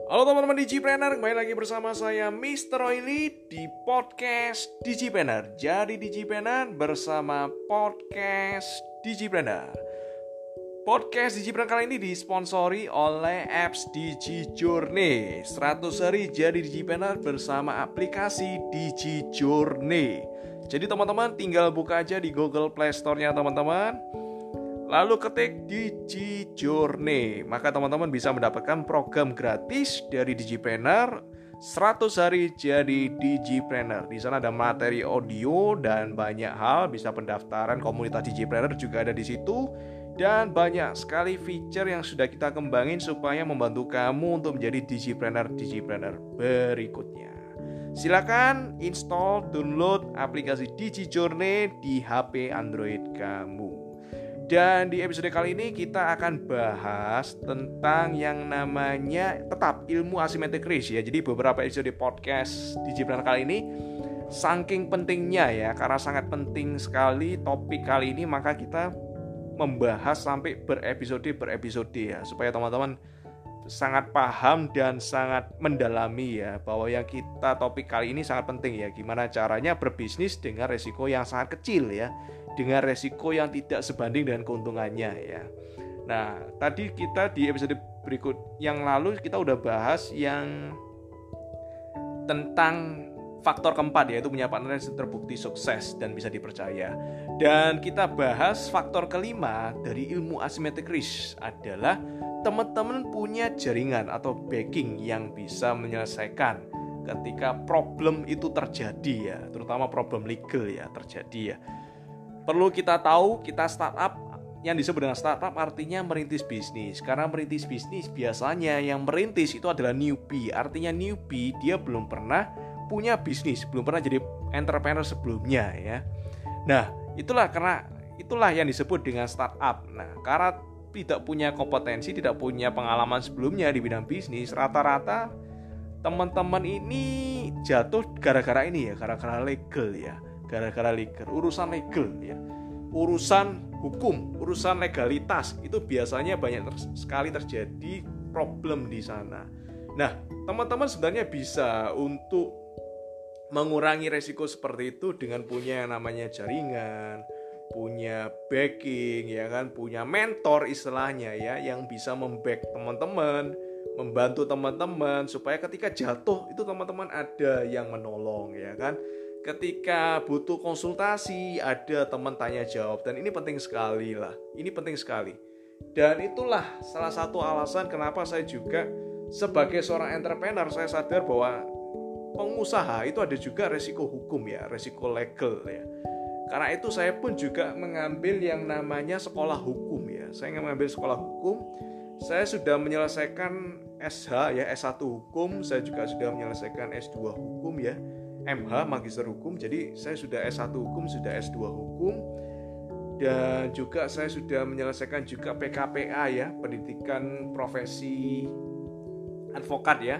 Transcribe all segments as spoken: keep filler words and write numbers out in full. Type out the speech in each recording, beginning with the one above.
Halo teman-teman Digipreneur, kembali lagi bersama saya mister Oily di podcast Digipreneur. Jadi Digipreneur bersama podcast Digipreneur. Podcast Digipreneur kali ini disponsori oleh apps DigiJourney. seratus hari jadi Digipreneur bersama aplikasi DigiJourney. Jadi teman-teman tinggal buka aja di Google Play Store-nya teman-teman, lalu ketik DigiJourney, maka teman-teman bisa mendapatkan program gratis dari Digipreneur seratus hari jadi Digipreneur. Di sana ada materi audio dan banyak hal, bisa pendaftaran komunitas Digipreneur juga ada di situ, dan banyak sekali feature yang sudah kita kembangin supaya membantu kamu untuk menjadi Digipreneur Digipreneur berikutnya. Silakan install, download aplikasi DigiJourney di H P Android kamu. Dan di episode kali ini kita akan bahas tentang yang namanya tetap ilmu asymmetric risk ya. Jadi beberapa episode podcast Digipreneur kali ini saking pentingnya ya, karena sangat penting sekali topik kali ini, maka kita membahas sampai berepisode berepisode ya, supaya teman-teman sangat paham dan sangat mendalami ya, bahwa yang kita topik kali ini sangat penting ya, gimana caranya berbisnis dengan resiko yang sangat kecil ya, dengan resiko yang tidak sebanding dengan keuntungannya ya. Nah, tadi kita di episode berikut yang lalu kita udah bahas yang tentang faktor keempat, yaitu punya partner yang terbukti sukses dan bisa dipercaya. Dan kita bahas faktor kelima dari ilmu asymmetric risk adalah teman-teman punya jaringan atau backing yang bisa menyelesaikan ketika problem itu terjadi ya, terutama problem legal ya terjadi ya. Perlu kita tahu, kita startup, yang disebut dengan startup artinya merintis bisnis. Karena merintis bisnis biasanya yang merintis itu adalah newbie. Artinya newbie dia belum pernah punya bisnis, belum pernah jadi entrepreneur sebelumnya ya. Nah, itulah karena itulah yang disebut dengan startup. Nah, karena tidak punya kompetensi, tidak punya pengalaman sebelumnya di bidang bisnis, rata-rata teman-teman ini jatuh gara-gara ini ya, gara-gara legal ya. Gara-gara legal, urusan legal ya, urusan hukum, urusan legalitas, itu biasanya banyak ter- sekali terjadi problem di sana. Nah, teman-teman sebenarnya bisa untuk mengurangi resiko seperti itu dengan punya yang namanya jaringan, punya backing ya kan, punya mentor istilahnya ya, yang bisa memback teman-teman, membantu teman-teman supaya ketika jatuh itu teman-teman ada yang menolong ya kan. Ketika butuh konsultasi ada teman tanya jawab, dan ini penting sekali lah, ini penting sekali. Dan itulah salah satu alasan kenapa saya juga sebagai seorang entrepreneur, saya sadar bahwa pengusaha itu ada juga resiko hukum ya, resiko legal ya. Karena itu saya pun juga mengambil yang namanya sekolah hukum ya. Saya mengambil sekolah hukum, saya sudah menyelesaikan S H ya, S satu hukum, saya juga sudah menyelesaikan S dua hukum ya, M H Magister Hukum. Jadi saya sudah S satu hukum, sudah S dua hukum, dan juga saya sudah menyelesaikan juga P K P A ya, pendidikan profesi advokat ya.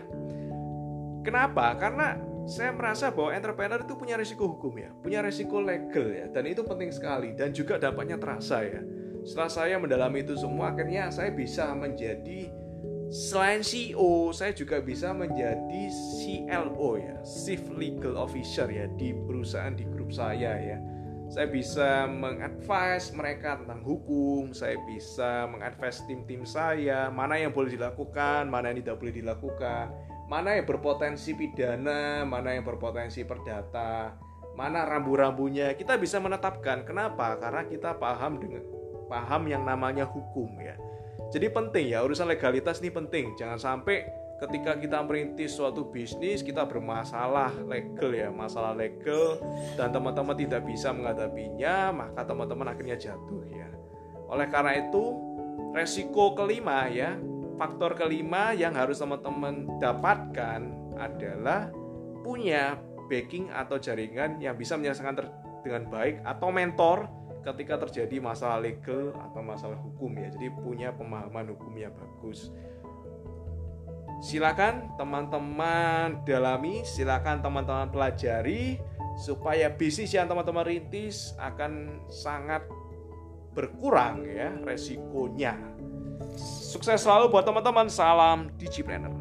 Kenapa? Karena saya merasa bahwa entrepreneur itu punya risiko hukum ya, punya risiko legal ya, dan itu penting sekali dan juga dampaknya terasa ya. Setelah saya mendalami itu semua, akhirnya saya bisa menjadi, selain C E O, saya juga bisa menjadi C L O ya, Chief Legal Officer ya, di perusahaan, di grup saya ya. Saya bisa mengadvise mereka tentang hukum, saya bisa mengadvise tim-tim saya, mana yang boleh dilakukan, mana yang tidak boleh dilakukan, mana yang berpotensi pidana, mana yang berpotensi perdata, mana rambu-rambunya. Kita bisa menetapkan. Kenapa? Karena kita paham dengan paham yang namanya hukum ya. Jadi penting ya, urusan legalitas ini penting. Jangan sampai ketika kita merintis suatu bisnis kita bermasalah legal ya, masalah legal, dan teman-teman tidak bisa menghadapinya, maka teman-teman akhirnya jatuh ya. Oleh karena itu, resiko kelima ya, faktor kelima yang harus teman-teman dapatkan adalah punya backing atau jaringan yang bisa menyelesaikan ter- dengan baik, atau mentor ketika terjadi masalah legal atau masalah hukum ya. Jadi punya pemahaman hukum yang bagus. Silakan teman-teman dalami, silakan teman-teman pelajari supaya bisnis yang teman-teman rintis akan sangat berkurang ya resikonya. Sukses selalu buat teman-teman. Salam Digipreneur.